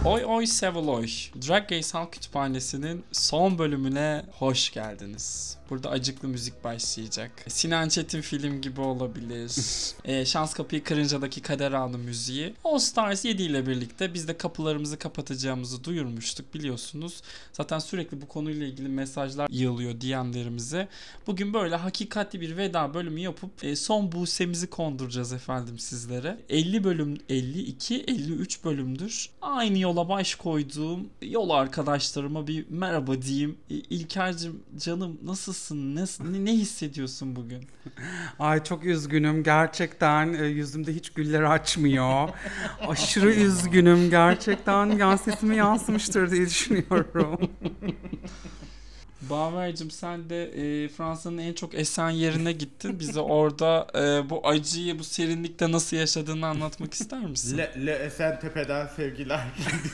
Oy oy Seviloy, Drag Race Halk Kütüphanesi'nin son bölümüne hoş geldiniz. Burada acıklı müzik başlayacak. Sinan Çetin film gibi olabilir. Şans Kapıyı Kırınca'daki Kader Anı müziği. All Stars 7 ile birlikte biz de kapılarımızı kapatacağımızı duyurmuştuk biliyorsunuz. Zaten sürekli bu konuyla ilgili mesajlar yığılıyor DM'lerimize. Bugün böyle hakikatli bir veda bölümü yapıp son buğsemizi konduracağız efendim sizlere. 50 bölüm, 52, 53 bölümdür. Aynı yola baş koyduğum yol arkadaşlarıma bir merhaba diyeyim. İlker'cim canım nasılsın? Ne hissediyorsun bugün? Ay çok üzgünüm gerçekten, yüzümde hiç güller açmıyor. Aşırı üzgünüm gerçekten, yani sesime yansımıştır diye düşünüyorum. Baver'cim sen de Fransa'nın en çok esen yerine gittin. Bize orada bu acıyı, bu serinlikte nasıl yaşadığını anlatmak ister misin? Le Esentepe'den sevgiler.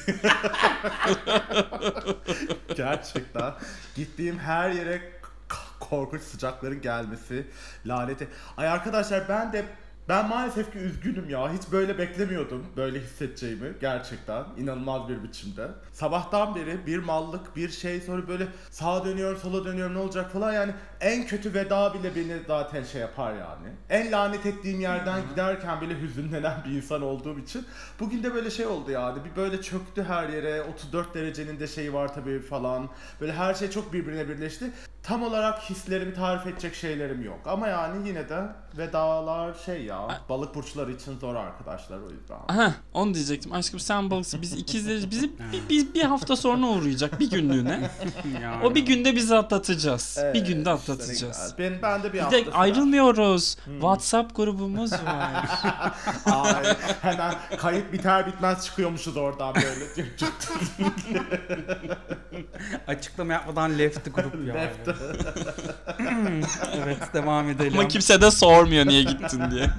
Gerçekten gittiğim her yere korkunç sıcakların gelmesi, laneti. Ay arkadaşlar ben maalesef ki üzgünüm ya. Hiç böyle beklemiyordum. Böyle hissedeceğimi gerçekten. İnanılmaz bir biçimde. Sabahtan beri bir mallık, bir şey, sonra böyle sağa dönüyorum, sola dönüyorum, ne olacak falan. Yani en kötü veda bile beni zaten şey yapar yani. En lanet ettiğim yerden giderken bile hüzünlenen bir insan olduğum için. Bugün de böyle şey oldu yani. Bir böyle çöktü her yere. 34 derecenin de şeyi var tabii falan. Böyle her şey çok birbirine birleşti. Tam olarak hislerimi tarif edecek şeylerim yok. Ama yani yine de vedalar şey ya. Balık burçları için zor arkadaşlar, o yüzden. Aha, onu diyecektim. Aşkım sen balıksın. Biz ikizleriz. Bizi bir hafta sonra uğrayacak bir günlüğüne. Yani. O bir günde bizi atlatacağız. Evet, bir günde işte atlatacağız. ne güzel. Ben de bir Bir hafta de sonra. ayrılmıyoruz. WhatsApp grubumuz var. Ay, hemen kayıt biter bitmez çıkıyormuşuz oradan böyle. Açıklama yapmadan left grup ya. Left. Evet, devam edelim. Ama kimse de sormuyor niye gittin diye.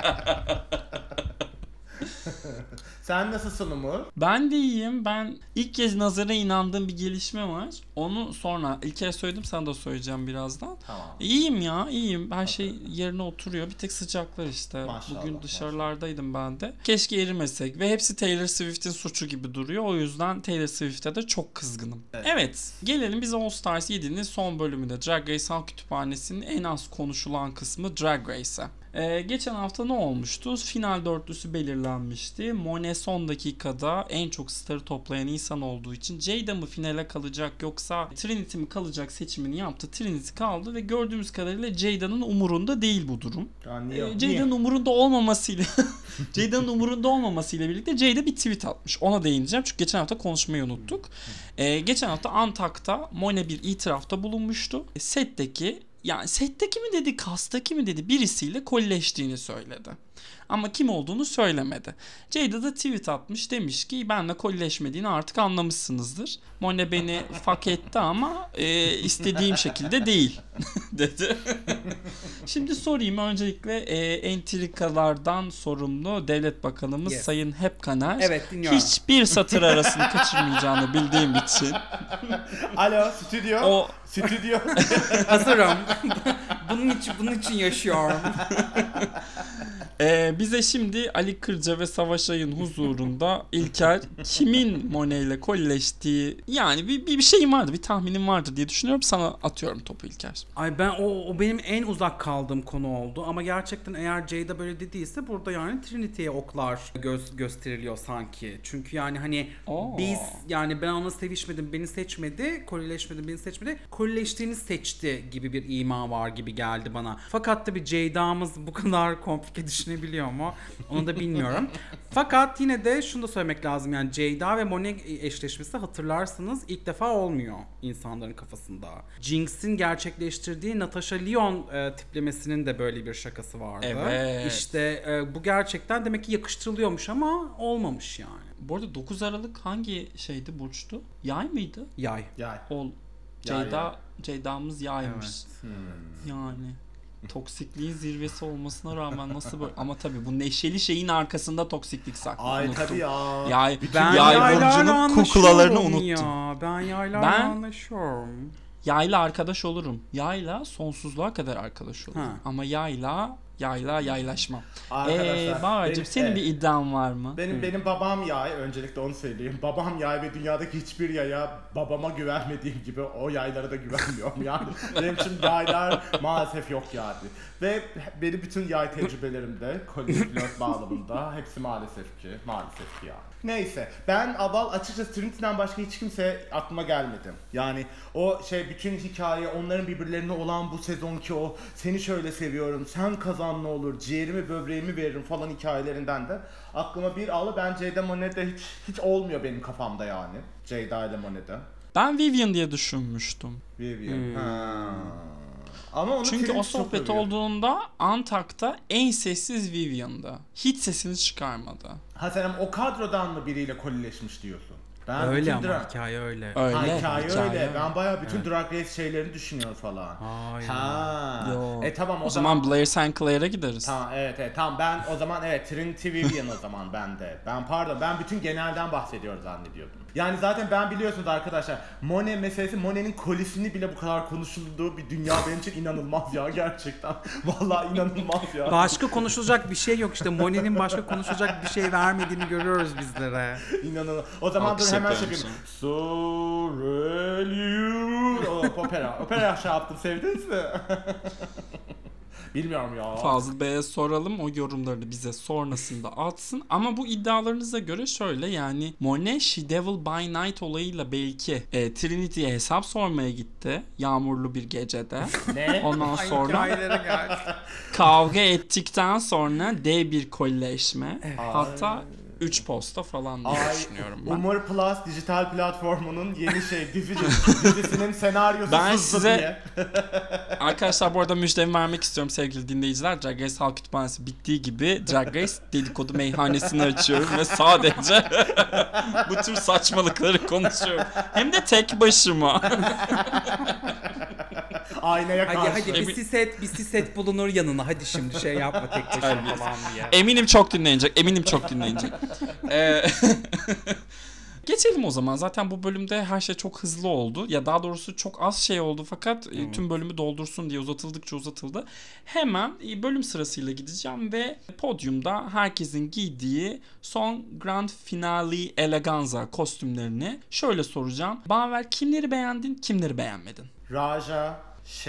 Sen nasılsın Umur? Ben de iyiyim. Ben ilk kez nazara inandığım bir gelişme var. Onu sonra ilk kez söyledim, sana da söyleyeceğim birazdan. Tamam. İyiyim ya, iyiyim. Her şey yerine oturuyor. Bir tek sıcaklar işte. Maşallah, Bugün dışarılardaydım ben de. Keşke erimesek. Ve hepsi Taylor Swift'in suçu gibi duruyor. O yüzden Taylor Swift'e de çok kızgınım. Evet. Gelelim biz All Stars 7'nin son bölümünde. Drag Race Halk Kütüphanesi'nin en az konuşulan kısmı Drag Race'e. Geçen hafta ne olmuştu? Final dörtlüsü belirlenmişti. Monet son dakikada en çok starı toplayan insan olduğu için Jada mı finale kalacak yoksa Trinity mi kalacak seçimini yaptı. Trinity kaldı ve gördüğümüz kadarıyla Jada'nın umurunda değil bu durum. Jada'nın umurunda olmamasıyla Jada'nın umurunda olmamasıyla birlikte Jada bir tweet atmış. Ona değineceğim çünkü geçen hafta konuşmayı unuttuk. Geçen hafta Antak'ta Monet bir itirafta bulunmuştu. Setteki mi dedi, kastaki mi dedi, birisiyle kolleştiğini söyledi. Ama kim olduğunu söylemedi. Jada da tweet atmış, demiş ki benle kolleşmediğini artık anlamışsınızdır. Monet beni fuck etti ama istediğim şekilde değil dedi. Şimdi sorayım öncelikle entrikalardan sorumlu Devlet Bakanımız Sayın Hepkaner. Evet, dinliyorum. Hiçbir satır arasını kaçırmayacağını bildiğim için. Alo, stüdyo. Stüdyo. Hazırım. bunun için yaşıyorum. Bize şimdi Ali Kırca ve Savaş Ay'ın huzurunda İlker kimin Monet ile kolleştiği, yani bir şeyim vardı, bir tahminim vardır diye düşünüyorum. Sana atıyorum topu İlker. Ay ben o benim en uzak kaldığım konu oldu ama gerçekten eğer Jada böyle dediyse burada yani Trinity'ye oklar gösteriliyor sanki. Çünkü yani hani biz, yani ben onunla sevişmedim, beni seçmedi, kolileşmedim, beni seçmedi, kolileştiğini seçti gibi bir ima var gibi geldi bana. Fakat tabii Jada'mız bu kadar komplike düşünebiliyor mu? Onu da bilmiyorum. Fakat yine de şunu da söylemek lazım, yani Jada ve Monet eşleşmesi hatırlarsınız ilk defa olmuyor insanların kafasında. Jinx'in gerçekleştirdiği Natasha Lyonne tiplemesinin de böyle bir şakası vardı. Evet. İşte bu gerçekten demek ki yakıştırılıyormuş ama olmamış yani. Bu arada 9 Aralık hangi şeydi, burçtu? Yay mıydı? Yay. Ceyda'mız yaymış. Evet. Yani toksikliğin zirvesi olmasına rağmen nasıl böyle, ama tabii bu neşeli şeyin arkasında toksiklik saklı. Ay unuttum. tabii ya. Yay, Ben yay yaylarla burcunun kuklalarını anlaşıyorum unuttum. ya. Ben yaylarla anlaşıyorum. Yayla arkadaş olurum. Yayla sonsuzluğa kadar arkadaş olurum. Ha. Ama yayla Yaylaşmam. Arkadaşlar, Bağırcığım benim- senin evet. bir iddian var mı? Benim babam yay, öncelikle onu söyleyeyim. Babam yay ve dünyadaki hiçbir yaya babama güvenmediğim gibi o yaylara da güvenmiyorum yani. Benim için yaylar maalesef yok yani. Ve benim bütün yay tecrübelerimde, koliflört bağlamında hepsi maalesef ki yani. Neyse, ben Aval açıkçası Trinity'den başka hiç kimse aklıma gelmedi. Yani o bütün hikaye, onların birbirlerine olan bu sezonki o seni şöyle seviyorum, sen kazan ne olur, ciğerimi böbreğimi veririm falan hikayelerinden de aklıma bir aldı. Ben Jada Monet'de hiç olmuyor benim kafamda yani. Jada ile Monet'de. Ben Vivian diye düşünmüştüm. Vivian. Ha. Ama onu Çünkü o Trinity çok sohbet övüyor. olduğunda Antak'ta en sessiz Vivian'dı. Hiç sesini çıkarmadı. Ha sen o kadrodan mı biriyle kolileşmiş diyorsun? Ben Öyle bütün ama drag- hikaye öyle. Öyle. Ha, hikaye öyle. öyle. Ben bayağı bütün Drag Race şeylerini düşünüyorum falan. Hayır. Ha. Yo. Tamam O zaman Blair St. Clair'e gideriz. Tamam evet tamam ben o zaman Trinity Vivian o zaman ben de. Ben bütün genelden bahsediyorum zannediyordum. Yani zaten ben biliyorsunuz arkadaşlar Monet meselesi, Monet'in kolisini bile bu kadar konuşulduğu bir dünya benim için inanılmaz ya gerçekten. Vallahi inanılmaz ya. Başka konuşulacak bir şey yok işte. Monet'in başka konuşulacak bir şey vermediğini görüyoruz bizlere. İnanılmaz. O zaman Alkış dur hemen yapıyorum yapayım. Soreliu. Opera şey yaptım, sevdiniz mi? Bilmiyorum ya. Fazıl Bey'e soralım, o yorumlarını bize sonrasında atsın. Ama bu iddialarınıza göre şöyle, yani Monet She Devil by Night olayıyla belki Trinity'ye hesap sormaya gitti yağmurlu bir gecede. Ne? Ondan sonra Hikayeleri geldi. kavga ettikten sonra dev bir kolleşme. Hatta 3 posta falan diye Ay, düşünüyorum ben. Umur Plus dijital platformunun yeni dizisinin senaryosu Ben sızdı size- diye. Arkadaşlar bu arada müjdemi vermek istiyorum sevgili dinleyiciler. Drag Race Halk Kütüphanesi bittiği gibi Drag Race dedikodu meyhanesini açıyorum ve sadece bu tür saçmalıkları konuşuyorum. Hem de tek başıma. Aynaya karşı. Hadi bir siset bulunur yanına. Hadi şimdi şey yapma tek başına falan diye. Eminim çok dinlenecek. Geçelim o zaman. Zaten bu bölümde her şey çok hızlı oldu. Ya daha doğrusu çok az şey oldu fakat tüm bölümü doldursun diye uzatıldıkça uzatıldı. Hemen bölüm sırasıyla gideceğim ve podyumda herkesin giydiği son Grand Finale Eleganza kostümlerini şöyle soracağım. Baver, kimleri beğendin, kimleri beğenmedin? Raja,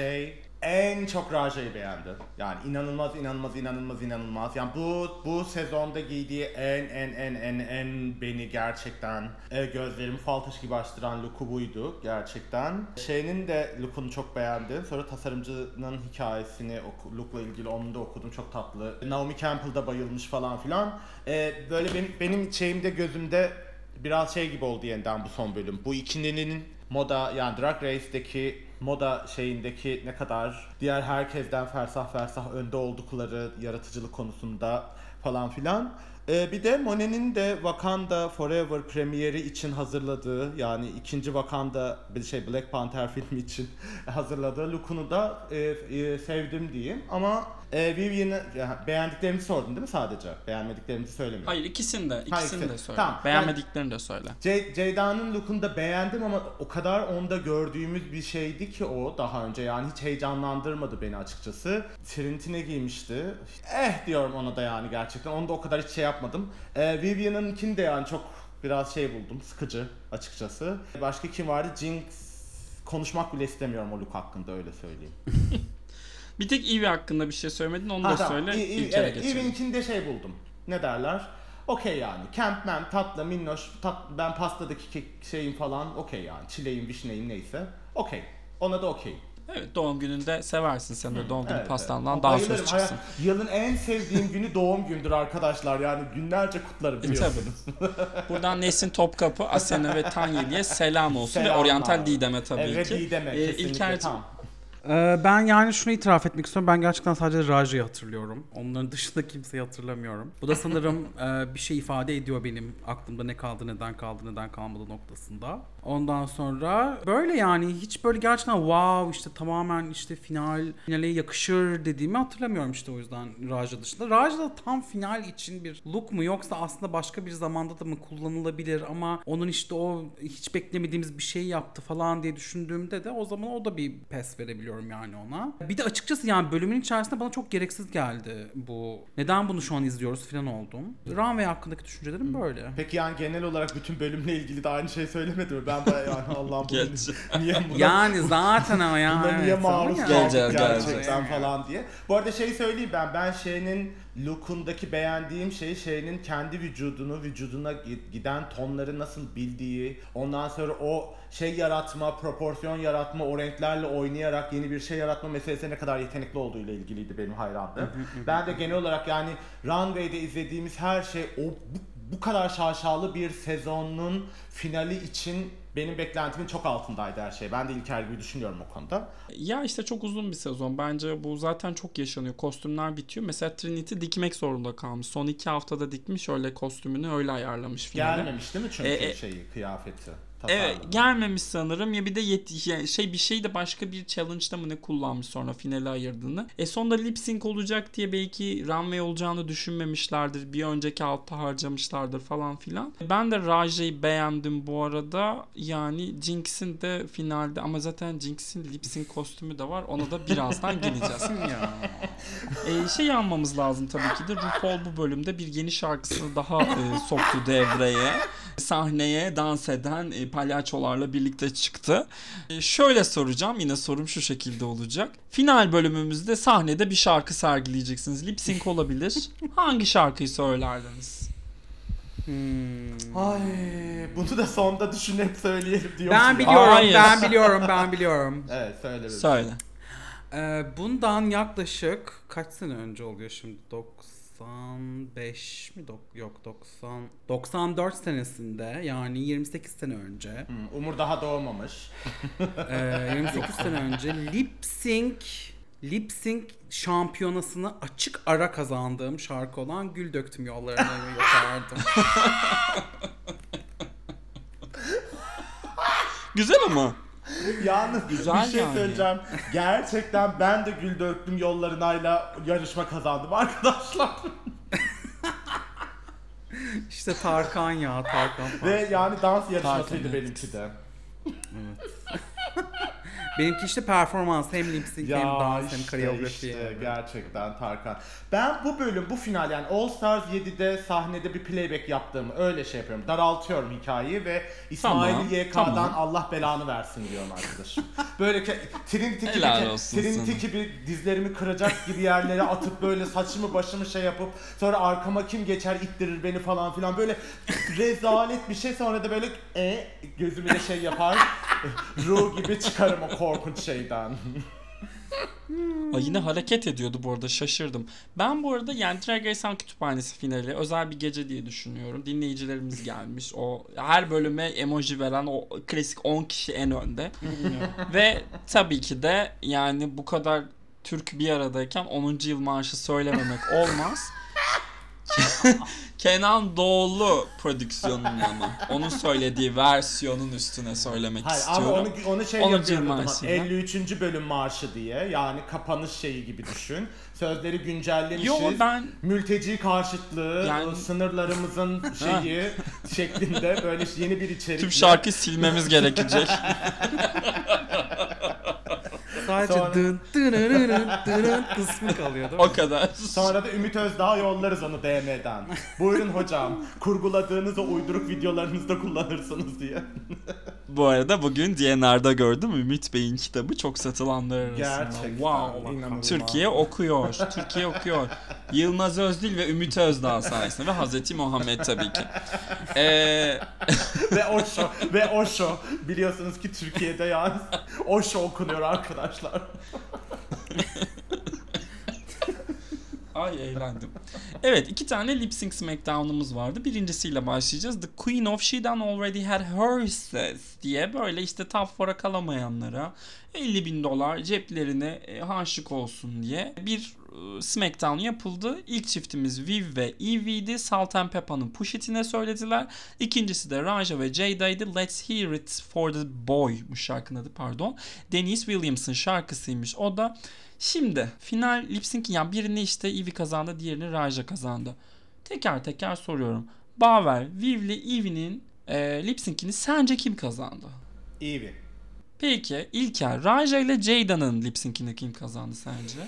en çok Raja'yı beğendim. Yani inanılmaz. Yani bu sezonda giydiği en beni gerçekten gözlerimi fal taşı gibi açtıran look'u buydu gerçekten. Şeyinin de look'unu çok beğendim. Sonra tasarımcının hikayesini look'la ilgili onu da okudum. Çok tatlı. Naomi Campbell da bayılmış falan filan. Böyle benim şeyimde, gözümde biraz şey gibi oldu yeniden bu son bölüm. Bu ikilinin moda, yani Drag Race'deki moda şeyindeki ne kadar diğer herkesten fersah önde oldukları yaratıcılık konusunda falan filan. Bir de Monet'in de Wakanda Forever premieri için hazırladığı, yani ikinci Wakanda Black Panther filmi için hazırladığı look'unu da sevdim diyeyim. Ama Vivian'ı beğendiklerimi sordun değil mi sadece? Beğenmediklerimizi söylemiyorum. Hayır, ikisini de söyle. Tamam. Beğenmediklerini de söyle. Ceyda'nın look'unu da beğendim ama o kadar onda gördüğümüz bir şeydi ki o daha önce, yani hiç heyecanlandırmadı beni açıkçası. Trinity ne giymişti? Diyorum ona da, yani gerçekten. Onu da o kadar hiç şey yapmadım. Vivian'ınkini de yani çok biraz şey buldum, sıkıcı açıkçası. Başka kim vardı? Jinx, konuşmak bile istemiyorum o look hakkında, öyle söyleyeyim. Bir tek Evie hakkında bir şey söylemedin, onu da söyle. Evet, Eve'ninkini de şey buldum. Ne derler? Okey yani. Campman, tatlı, minnoş, ben pastadaki şeyim falan okey yani. Çileğim, vişneyim neyse. Okey. Ona da okey. Evet, doğum gününde seversin sen de doğum günü Evet, pastandan evet. daha Bayılırım. söz çıksın. Yılın en sevdiğim günü doğum gündür arkadaşlar. Yani günlerce kutlarım, biliyorsunuz. Buradan Nesin Topkapı, Asena ve Tanyeli'ye selam olsun Selamlar. ve Oriental Didem'e tabii Evet, ki. Didem'e kesinlikle. İlker'cim, Tamam. Ben yani şunu itiraf etmek istiyorum. Ben gerçekten sadece Raja'yı hatırlıyorum. Onların dışında kimseyi hatırlamıyorum. Bu da sanırım bir şey ifade ediyor benim aklımda ne kaldı, neden kalmadı noktasında. Ondan sonra böyle yani hiç böyle gerçekten wow işte tamamen işte finale yakışır dediğimi hatırlamıyorum işte, o yüzden Raja dışında. Raja da tam final için bir look mu, yoksa aslında başka bir zamanda da mı kullanılabilir ama onun işte o hiç beklemediğimiz bir şey yaptı falan diye düşündüğümde de o zaman o da bir pes verebiliyorum veriyorum yani ona. Bir de açıkçası yani bölümün içerisinde bana çok gereksiz geldi bu. Neden bunu şu an izliyoruz falan oldum. Runway hakkındaki düşüncelerim böyle. Peki yani genel olarak bütün bölümle ilgili de aynı şey söylemedi mi? Ben bayağı yani Allah'ım niye buna, Yani zaten ama ya. buna niye evet, maruz ama kaldık Geleceğiz. gerçekten falan diye. Bu arada şey söyleyeyim ben şeyinin look'undaki beğendiğim şey şeyinin kendi vücuduna giden tonları nasıl bildiği, ondan sonra o şey yaratma, proporsiyon yaratma, o renklerle oynayarak yeni bir şey yaratma meselesine ne kadar yetenekli olduğuyla ilgiliydi benim hayranlığım. Ben de genel olarak yani Runway'de izlediğimiz her şey bu kadar şaşalı bir sezonun finali için benim beklentimin çok altındaydı her şey. Ben de İlker gibi düşünüyorum o konuda. Ya işte çok uzun bir sezon. Bence bu zaten çok yaşanıyor. Kostümler bitiyor. Mesela Trinity dikmek zorunda kalmış. Son 2 haftada dikmiş öyle kostümünü öyle ayarlamış finale. Gelmemiş değil mi çünkü kıyafeti? Evet gelmemiş sanırım ya bir de bir şey de başka bir challenge'da mı ne kullanmış sonra finale ayırdığını. Sonda lip sync olacak diye belki runway olacağını düşünmemişlerdir. Bir önceki altta harcamışlardır falan filan. Ben de Raja'yı beğendim bu arada. Yani Jinx'in de finalde ama zaten Jinx'in lip sync kostümü de var. Ona da birazdan geleceğiz. Şey almamız lazım tabii ki de RuPaul bu bölümde bir yeni şarkısını daha soktu devreye. Sahneye dans eden palyaçolarla birlikte çıktı. Şöyle soracağım, yine sorum şu şekilde olacak. Final bölümümüzde sahnede bir şarkı sergileyeceksiniz. Lip sync olabilir. Hangi şarkıyı söylerdiniz? Ay, bunu da sonda düşünüp söyleyelim diyor. Ben biliyorum, Hayır. ben biliyorum. Evet söyle. Söyle. Bundan yaklaşık kaç sene önce oluyor şimdi? 95 mi? Yok 94 senesinde yani 28 sene önce. Umur daha doğmamış. 28 sene önce lip sync şampiyonasını açık ara kazandığım şarkı olan Gül Döktüm Yollarına yapardım. Güzel ama. Yalnız Güzel bir şey yani. söyleyeceğim. Gerçekten ben de Gül Döktüm Yollarına'yla yarışma kazandım arkadaşlar. İşte Tarkan falan. Ve yani dans yarışmasıydı Tarkan, benimki de. Benimki işte performans, hem lip sync hem dans hem koreografi. İşte gerçekten Tarkan. Ben bu final yani All Stars 7'de sahnede bir playback yaptığımı öyle şey yapıyorum. Daraltıyorum hikayeyi ve İsmail Tamam, YK'dan tamam. Allah belanı versin diyorum arkadaşım. Böyle Helal olsun Trinity sana. gibi dizlerimi kıracak gibi yerlere atıp böyle saçımı başımı şey yapıp sonra arkama kim geçer ittirir beni falan filan böyle rezalet bir şey, sonra da böyle gözümü de şey yapar ruh gibi çıkarım o korkunç şeyden. Ay, yine hareket ediyordu bu arada, şaşırdım. Ben bu arada yani Drag Race Kütüphanesi finali özel bir gece diye düşünüyorum. Dinleyicilerimiz gelmiş. O her bölüme emoji veren o klasik 10 kişi en önde. Ve tabii ki de yani bu kadar Türk bir aradayken 10. yıl marşı söylememek olmaz. Kenan Doğulu prodüksiyonun ama. Onun söylediği versiyonun üstüne söylemek Hayır, istiyorum. ama onu şey 10. yapıyorum yıl o zaman, marşıyla. 53. bölüm marşı diye, yani kapanış şeyi gibi düşün. Sözleri güncellemişiz. Yo, ben Mülteci karşıtlığı, Yani- sınırlarımızın şeyi şeklinde böyle yeni bir içerik. tüm şarkıyı silmemiz gerekecek. Sadece Sonra- dın kısmı kalıyor değil mi? O kadar. Sonra da Ümit Özdağ'a yollarız onu DM'den. Buyurun hocam, kurguladığınız o uyduruk videolarınızda kullanırsınız diye. Bu arada bugün DNR'da gördüm, Ümit Bey'in kitabı çok satılanlar arasında. Gerçekten Wow. inanılmaz. Türkiye okuyor. Türkiye okuyor. Yılmaz Özdil ve Ümit Özdağ sayesinde ve Hazreti Muhammed tabii ki. Ve Osho. Biliyorsunuz ki Türkiye'de yani Osho okunuyor arkadaşlar. Ay eğlendim. Evet, 2 tane Lip Sync Smackdown'umuz vardı. Birincisiyle başlayacağız. The Queen of She Done Already Had Hers diye böyle işte top 4'a kalamayanlara $50,000 ceplerine harçlık olsun diye bir Smackdown yapıldı. İlk çiftimiz Viv ve Evie'di. Salt and Peppa'nın Push It'ine söylediler. İkincisi de Raja ve Jada'ydı. Let's Hear It for the Boy bu şarkının adı, pardon. Denise Williams'ın şarkısıymış o da. Şimdi final lip sync, yani birini işte Evie kazandı, diğerini Raja kazandı. Teker teker soruyorum. Baver, Viv ile Evie'nin lip sync'ini sence kim kazandı? Evie. Peki İlker, Raja ile Jada'nın lip sync'ini kim kazandı sence?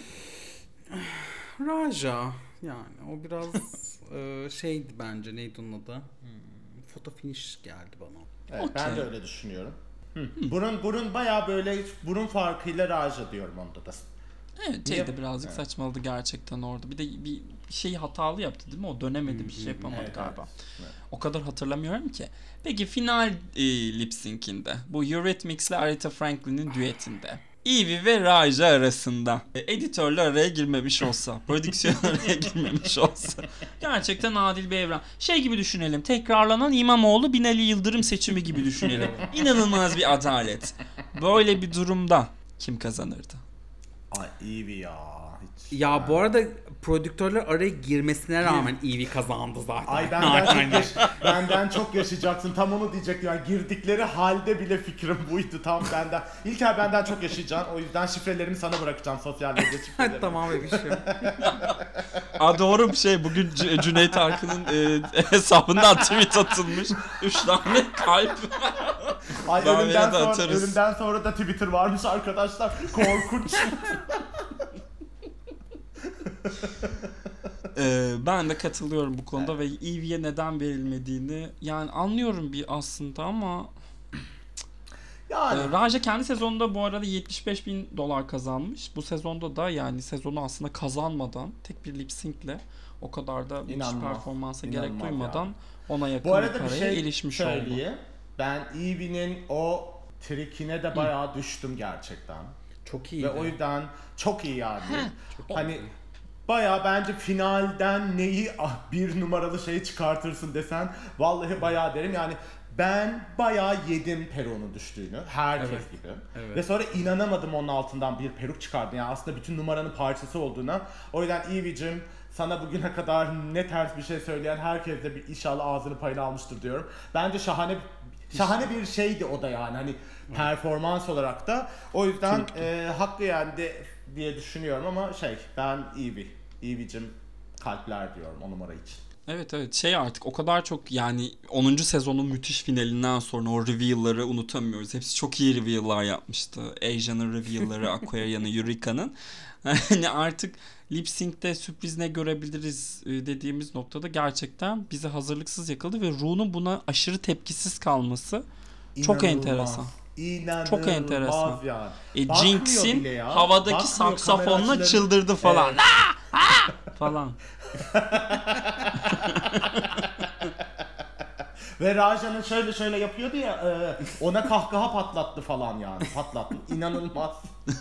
Raja yani o biraz şeydi bence, neydi onun adı? Photo finish geldi bana. Evet, Okey. ben de öyle düşünüyorum. Burun bayağı böyle hiç burun farkıyla Raja diyorum onda da. Evet, Jada birazcık saçmaladı gerçekten orada. Bir de bir şey hatalı yaptı değil mi? O dönemedi, bir şey yapamadı Evet, galiba. evet. O kadar hatırlamıyorum ki. Peki final lip sync'inde, bu Eurythmics ile Aretha Franklin'in düetinde, Evie ve Raja arasında editörler araya girmemiş olsa, prodüksiyon araya girmemiş olsa, gerçekten adil bir evren. Şey gibi düşünelim, tekrarlanan İmamoğlu Binali Yıldırım seçimi gibi düşünelim. İnanılmaz bir adalet. Böyle bir durumda kim kazanırdı? Ay Evie ya. Hiç. Ya bu arada prodüktörler araya girmesine rağmen Evie kazandı zaten. Ay benden çok yaşayacaksın. Tam onu diyecektim. Yani girdikleri halde bile fikrim buydu. Tam benden. İlker benden çok yaşayacaksın. O yüzden şifrelerimi sana bırakacağım, sosyal medya şifrelerimi. Tamam bebişim. Doğru bir şey. Bugün Cüneyt Arkın'ın hesabından tweet atılmış. 3 tane kalp. Ay Ben ölümden sonra da Twitter varmış arkadaşlar. Korkunç. Ben de katılıyorum bu konuda ve Evie'ye neden verilmediğini yani anlıyorum bir aslında ama Yani Raja kendi sezonunda bu arada $75,000 kazanmış. Bu sezonda da yani sezonu aslında kazanmadan tek bir lip sync'le o kadar da müthiş performansa gerek duymadan yani. ona yakın Bu bir arada bir paraya şey erişmiş oldu. söyleyeyim. Ben Evie'nin o trikine de bayağı düştüm gerçekten. Çok iyiydi. Ve o yüzden çok iyi yani. Hani bayağı bence finalden neyi bir numaralı şeyi çıkartırsın desen vallahi bayağı derim. Yani ben bayağı yedim Peron'un düştüğünü. Herkes gibi. Evet. Ve sonra inanamadım onun altından bir peruk çıkardı. Yani aslında bütün numaranın parçası olduğuna. O yüzden Evie'cim sana bugüne kadar ne ters bir şey söyleyen herkes de bir inşallah ağzını payını almıştır diyorum. Bence şahane bir şeydi o da yani. Hani performans olarak da. O yüzden hakkı yendi diye düşünüyorum ama ben Evie'cim kalpler diyorum o numara için. Evet şey artık o kadar çok yani 10. sezonun müthiş finalinden sonra o reveal'ları unutamıyoruz. Hepsi çok iyi reveal'lar yapmıştı. Asia'nın reveal'ları, Aquaria'nın, Eureka'nın. Hani artık lip sync'te sürpriz ne görebiliriz dediğimiz noktada gerçekten bizi hazırlıksız yakaladı ve Ru'nun buna aşırı tepkisiz kalması çok enteresan. İnanılmaz. Çok enteresan. Yani. Jinx'in bile ya. havadaki Bakmıyor, saksafonla kamera çıldırdı falan. Evet. Falan. Ve Raja'nın şöyle yapıyordu ya ona kahkaha patlattı falan yani. Patlattı. İnanılmaz.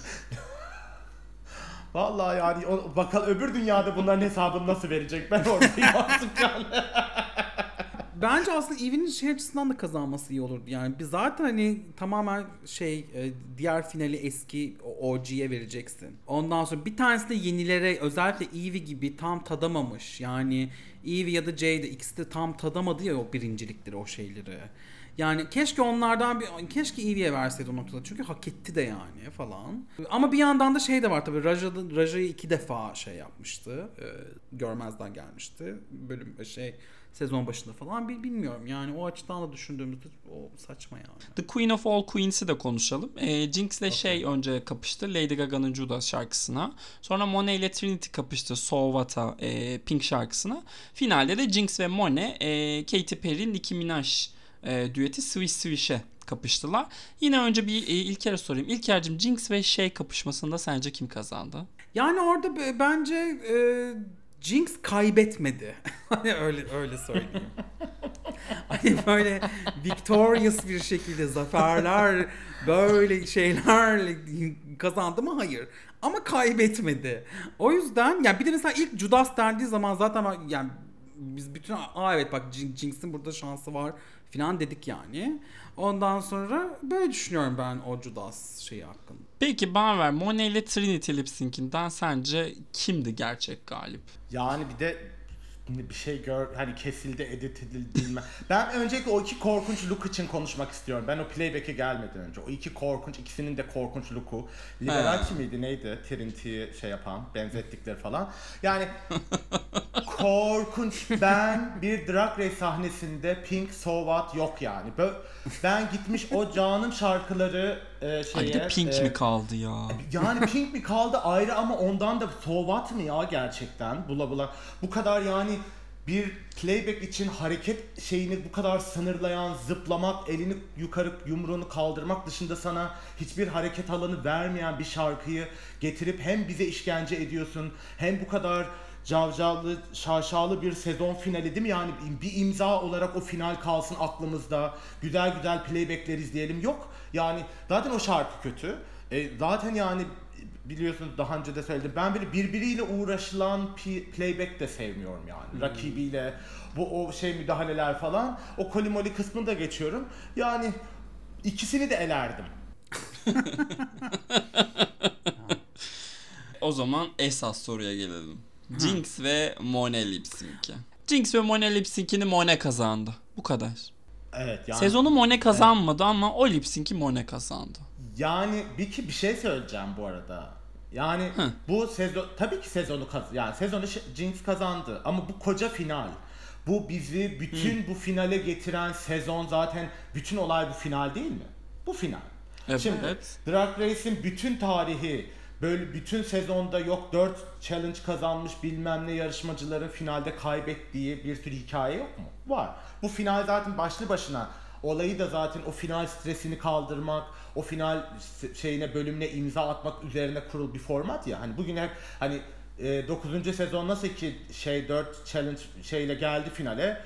Vallahi yani bakalım öbür dünyada bunların hesabını nasıl verecek, ben oradayım artık yani. Bence aslında Evie'nin şey açısından da kazanması iyi olurdu. Yani biz zaten hani tamamen diğer finali eski OG'ye vereceksin. Ondan sonra bir tanesi de yenilere, özellikle Evie gibi tam tadamamış. Yani Evie ya da Jade ikisi de tam tadamadı ya o birincilikleri, o şeyleri. Yani keşke onlardan keşke Evie'ye verseydi o noktada. Çünkü hak etti de yani falan. Ama bir yandan da şey de var tabii. Raja'yı 2 defa şey yapmıştı. Görmezden gelmişti. Bölüm sezon başında falan bilmiyorum. Yani o açıdan da düşündüğümüzde o saçma yani. The Queen of All Queens'i de konuşalım. Jinx'le önce kapıştı Lady Gaga'nın Judas şarkısına. Sonra Monet ile Trinity kapıştı So What'a Pink şarkısına. Finalde de Jinx ve Monet Katy Perry, Nicki Minaj düeti Swish Swish'e kapıştılar. Yine önce bir İlker'e sorayım. İlker'cim, Jinx ve kapışmasında sence kim kazandı? Yani orada bence Jinx kaybetmedi. Hani öyle söyleyeyim. Hani böyle victorious bir şekilde zaferler, böyle şeylerle kazandı mı? Hayır. Ama kaybetmedi. O yüzden yani bir de mesela ilk Judas dendiği zaman zaten yani biz bütün evet bak Jinx'in burada şansı var falan dedik yani. Ondan sonra böyle düşünüyorum ben o Judas şeyi hakkında. Peki Banver, Monet ile Trinity lip sync'inden sence kimdi gerçek galip? Yani bir de bir şey hani kesildi, edit edildi. Ben öncelikle o iki korkunç look için konuşmak istiyorum. Ben o playback'e gelmeden önce. O iki korkunç, ikisinin de korkunç look'u. Liberace miydi neydi? Trinity'yi yapan, benzettikleri falan. Yani korkunç. Ben bir Drag Race sahnesinde Pink So What yok yani. Ben gitmiş o canım şarkıları Ay bir de Pink mi kaldı ya? Yani Pink mi kaldı ayrı ama ondan da So What mı ya gerçekten? Bula bula. Bu kadar yani bir playback için hareket şeyini bu kadar sınırlayan, zıplamak, elini yukarı yumruğunu kaldırmak dışında sana hiçbir hareket alanı vermeyen bir şarkıyı getirip hem bize işkence ediyorsun hem bu kadar cavcavlı, şaşalı bir sezon finali değil mi? Yani bir imza olarak o final kalsın aklımızda. Güzel güzel playbackler izleyelim. Yok. Yani zaten o şarkı kötü. Zaten yani biliyorsunuz daha önce de söyledim. Ben böyle birbiriyle uğraşılan playback de sevmiyorum yani. Rakibiyle bu o şey müdahaleler falan. O kolimoli kısmını da geçiyorum. Yani ikisini de elerdim. O zaman esas soruya gelelim. Jinx ve Monet lip sync'i. Jinx ve Monet lip sync'ini Monet kazandı. Bu kadar. Evet yani. Sezonu Monet kazanmadı ama o lip sync'i Monet kazandı. Yani bir şey söyleyeceğim bu arada. Yani bu sezon tabii ki yani sezonu Jinx kazandı ama bu koca final. Bu bizi bütün bu finale getiren sezon zaten bütün olay bu final değil mi? Bu final. Evet. Şimdi Drag Race'in bütün tarihi böyle bütün sezonda yok 4 challenge kazanmış bilmem ne yarışmacıların finalde kaybettiği bir sürü hikaye yok mu? Var. Bu final zaten başlı başına olayı da zaten o final stresini kaldırmak, o final bölümüne imza atmak üzerine kurulu bir format ya. Hani bugün hep hani 9. sezon nasıl ki 4 challenge şeyle geldi finale.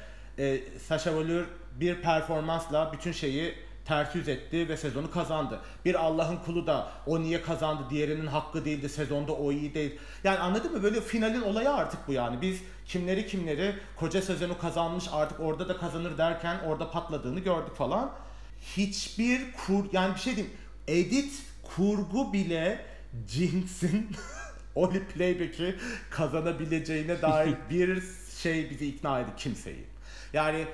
Sasha Velour bir performansla bütün şeyi ters yüz etti ve sezonu kazandı. Bir Allah'ın kulu da o niye kazandı, diğerinin hakkı değildi, sezonda o iyi değil. Yani anladın mı? Böyle finalin olayı artık bu yani. Biz kimleri koca sezonu kazanmış artık orada da kazanır derken orada patladığını gördük falan. Hiçbir yani bir şey diyeyim. Edit, kurgu bile Jinx'in o playback'i kazanabileceğine dair bir şey bizi ikna edip kimseyi. Yani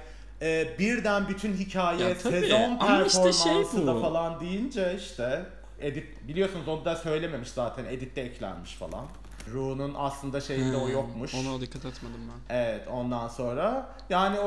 birden bütün hikaye sezon performansında falan deyince işte edit biliyorsunuz onu da söylememiş zaten editte eklenmiş falan. Ru'nun aslında şeyinde o yokmuş. Ona dikkat etmedim ben. Evet ondan sonra yani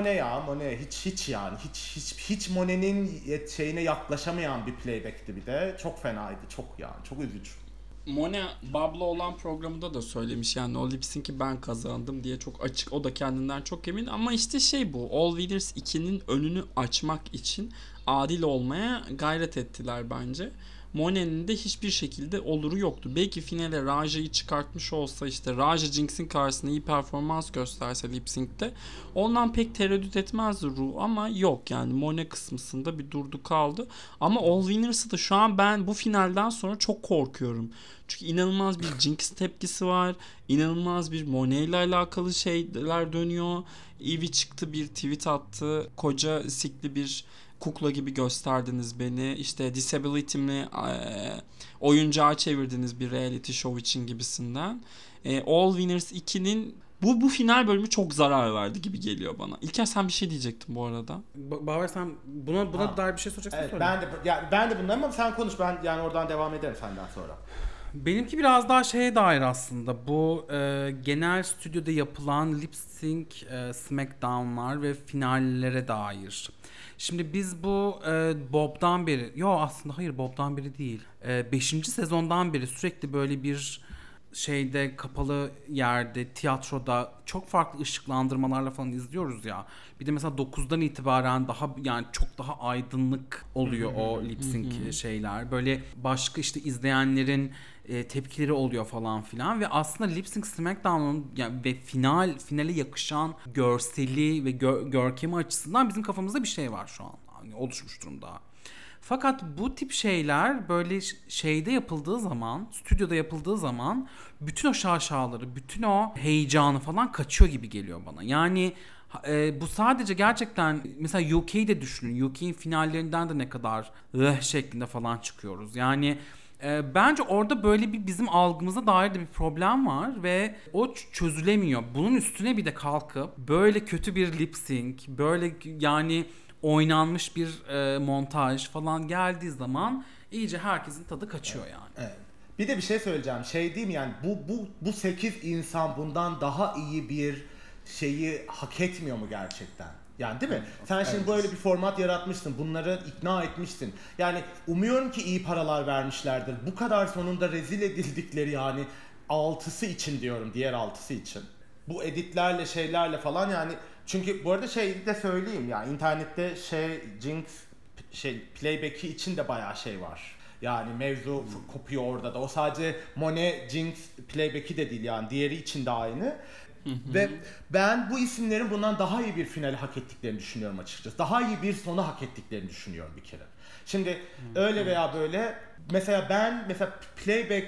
Monet hiç yani hiç Monet'in şeyine yaklaşamayan bir playback'ti bir de çok fenaydı çok üzücü. Monet Bab'la olan programında da söylemiş yani o lip sync'i ben kazandım diye çok açık. O da kendinden çok emin ama işte bu All Winners 2'nin önünü açmak için adil olmaya gayret ettiler bence. Monet'in de hiçbir şekilde oluru yoktu. Belki finale Raja'yı çıkartmış olsa işte Raja Jinx'in karşısında iyi performans gösterse lip sync'te ondan pek tereddüt etmezdi Ru ama yok yani Monet kısmında bir durdu kaldı. Ama All Winners'ı da şu an ben bu finalden sonra çok korkuyorum. Çünkü inanılmaz bir Jinx tepkisi var. İnanılmaz bir Monet ile alakalı şeyler dönüyor. Ivy çıktı bir tweet attı. Koca sikli bir kukla gibi gösterdiniz beni. İşte disability'mi oyuncağa çevirdiniz bir reality show için gibisinden. All Winners 2'nin bu final bölümü çok zarar verdi gibi geliyor bana. İlker sen bir şey diyecektin bu arada. Baver sen buna dair bir şey soracaksın evet, söyle. ben de bundan ama sen konuş ben yani oradan devam ederim senden sonra. Benimki biraz daha şeye dair aslında bu genel stüdyoda yapılan lip sync smackdown'lar ve finallere dair. Şimdi biz bu Bob'dan beri, Bob'dan beri değil. 5. sezondan beri sürekli böyle bir şeyde kapalı yerde, tiyatroda çok farklı ışıklandırmalarla falan izliyoruz ya. Bir de mesela 9'dan itibaren daha yani çok daha aydınlık oluyor o lip sync şeyler. Böyle başka işte izleyenlerin tepkileri oluyor falan filan ve aslında Lip Sync Smackdown'un yani ve finale yakışan görseli ve görkemi açısından bizim kafamızda bir şey var şu an. Yani oluşmuş durumda. Fakat bu tip şeyler böyle şeyde yapıldığı zaman, stüdyoda yapıldığı zaman bütün o şaşaları, bütün o heyecanı falan kaçıyor gibi geliyor bana. Yani bu sadece gerçekten mesela UK'yi de düşünün. UK'in finallerinden de ne kadar şeklinde falan çıkıyoruz. Yani bence orada böyle bir bizim algımıza dair de bir problem var ve o çözülemiyor. Bunun üstüne bir de kalkıp böyle kötü bir lip sync, böyle yani oynanmış bir montaj falan geldiği zaman iyice herkesin tadı kaçıyor yani. Evet. Bir de bir şey söyleyeceğim. Şey değil mi yani bu 8 insan bundan daha iyi bir şeyi hak etmiyor mu gerçekten? Yani değil mi? Sen şimdi böyle bir format yaratmışsın. Bunları ikna etmişsin. Yani umuyorum ki iyi paralar vermişlerdir. Bu kadar sonunda rezil edildikleri yani 6'sı için diyorum. Diğer 6'sı için. Bu editlerle şeylerle falan yani çünkü bu arada şey de söyleyeyim yani internette Jinx playback'i için de bayağı şey var. Yani mevzu kopuyor orada da. O sadece Monet Jinx playback'i de değil yani diğeri için de aynı. Ve ben bu isimlerin bundan daha iyi bir finali hak ettiklerini düşünüyorum açıkçası. Daha iyi bir sonu hak ettiklerini düşünüyorum bir kere. Şimdi öyle veya böyle mesela playback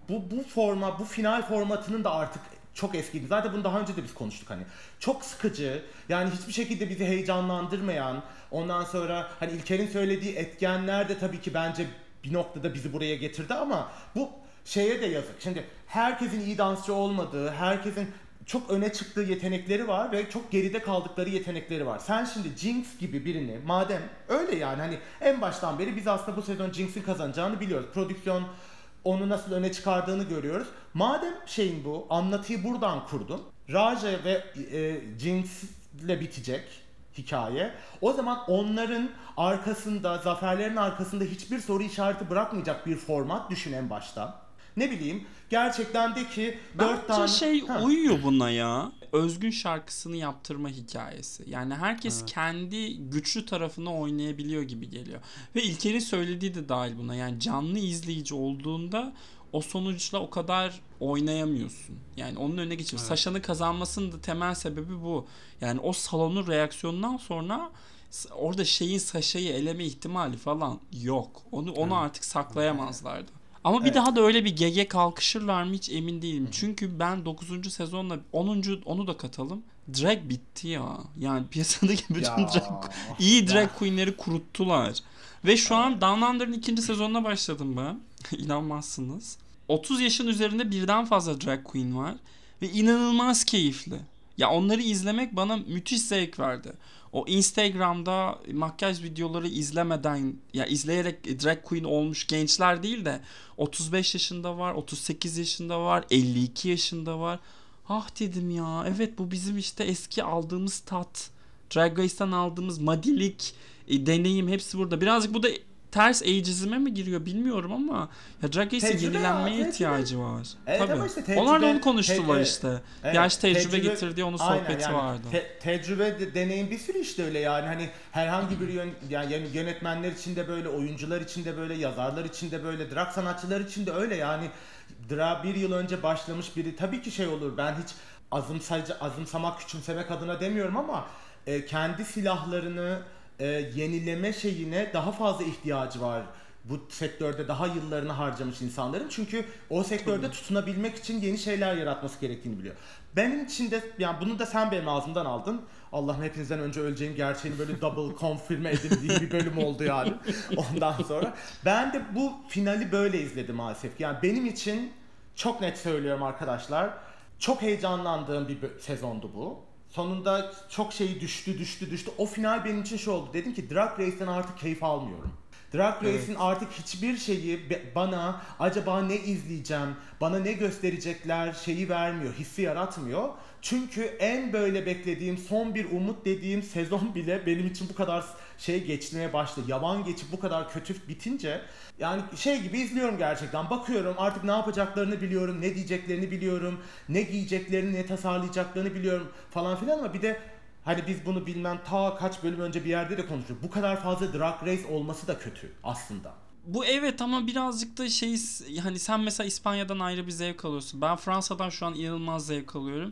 bu final formatının da artık çok eskiydi. Zaten bunu daha önce de biz konuştuk hani. Çok sıkıcı. Yani hiçbir şekilde bizi heyecanlandırmayan. Ondan sonra hani İlker'in söylediği etkenler de tabii ki bence bir noktada bizi buraya getirdi ama bu şeye de yazık. Şimdi herkesin iyi dansçı olmadığı, herkesin çok öne çıktığı yetenekleri var ve çok geride kaldıkları yetenekleri var. Sen şimdi Jinx gibi birini madem öyle yani hani en baştan beri biz aslında bu sezon Jinx'in kazanacağını biliyoruz. Prodüksiyon onu nasıl öne çıkardığını görüyoruz. Madem şeyin bu, anlatıyı buradan kurdun. Raja ve Jinx'le bitecek hikaye. O zaman onların arkasında, zaferlerin arkasında hiçbir soru işareti bırakmayacak bir format düşün en baştan. Ne bileyim, gerçekten de ki 4 tane... uyuyor buna ya. Özgün şarkısını yaptırma hikayesi. Yani herkes kendi güçlü tarafını oynayabiliyor gibi geliyor. Ve İlker'in söylediği de dahil buna. Yani canlı izleyici olduğunda o sonuçla o kadar oynayamıyorsun. Yani onun önüne geçiyor. Evet. Sasha'nın kazanmasının da temel sebebi bu. Yani o salonun reaksiyonundan sonra orada Sasha'yı eleme ihtimali falan yok. Onu artık saklayamazlardı. Ama bir daha da öyle bir GG kalkışırlar mı hiç emin değilim. Çünkü ben 9. sezonla 10. onu da katalım. Drag bitti ya. Yani piyasadaki bütün iyi drag queenleri kuruttular. Ve şu an Down Under'ın 2. sezonuna başladım ben. İnanmazsınız. 30 yaşın üzerinde birden fazla drag queen var. Ve inanılmaz keyifli. Ya onları izlemek bana müthiş zevk verdi. O Instagram'da makyaj videoları izlemeden ya izleyerek drag queen olmuş gençler değil de 35 yaşında var, 38 yaşında var, 52 yaşında var. Ah dedim ya, evet bu bizim işte eski aldığımız tat. Drag Race'ten aldığımız madilik, deneyim hepsi burada. Birazcık bu da ters ageizm'e mi giriyor bilmiyorum ama ya Drag Race'in yenilenmeye ihtiyacı var. Evet, tabii. ama işte tecrübe, onlar da onu konuştular işte. Evet, Yaş tecrübe getirdiği onun sohbeti yani, vardı. Tecrübe, deneyim bir sürü işte öyle yani hani herhangi bir yani yönetmenler için de böyle, oyuncular için de böyle, yazarlar için de böyle, drag sanatçılar için de öyle yani. Drag bir yıl önce başlamış biri tabii ki şey olur. Ben hiç azımsamak, küçümsemek adına demiyorum ama kendi silahlarını yenileme şeyine daha fazla ihtiyacı var. Bu sektörde daha yıllarını harcamış insanların. Çünkü o sektörde tutunabilmek için yeni şeyler yaratması gerektiğini biliyor. Benim için de yani bunu da sen benim ağzımdan aldın. Allah'ım hepinizden önce öleceğim gerçeğini böyle double confirm edildiği bir bölüm oldu yani. Ondan sonra. Ben de bu finali böyle izledim maalesef. Yani benim için çok net söylüyorum arkadaşlar. Çok heyecanlandığım bir sezondu bu. Sonunda çok şey düştü. O final benim için şey oldu. Dedim ki Drag Race'ten artık keyif almıyorum. Drag Race'in artık hiçbir şeyi bana acaba ne izleyeceğim, bana ne gösterecekler şeyi vermiyor, hissi yaratmıyor. Çünkü en böyle beklediğim, son bir umut dediğim sezon bile benim için bu kadar şey geçmeye başladı. Yavan geçip bu kadar kötü bitince yani şey gibi izliyorum gerçekten. Bakıyorum artık ne yapacaklarını biliyorum, ne diyeceklerini biliyorum, ne giyeceklerini, ne tasarlayacaklarını biliyorum falan filan ama bir de hani biz bunu bilmem ta kaç bölüm önce bir yerde de konuştuk. Bu kadar fazla Drag Race olması da kötü aslında. Bu evet ama birazcık da hani sen mesela İspanya'dan ayrı bir zevk alıyorsun. Ben Fransa'dan şu an inanılmaz zevk alıyorum.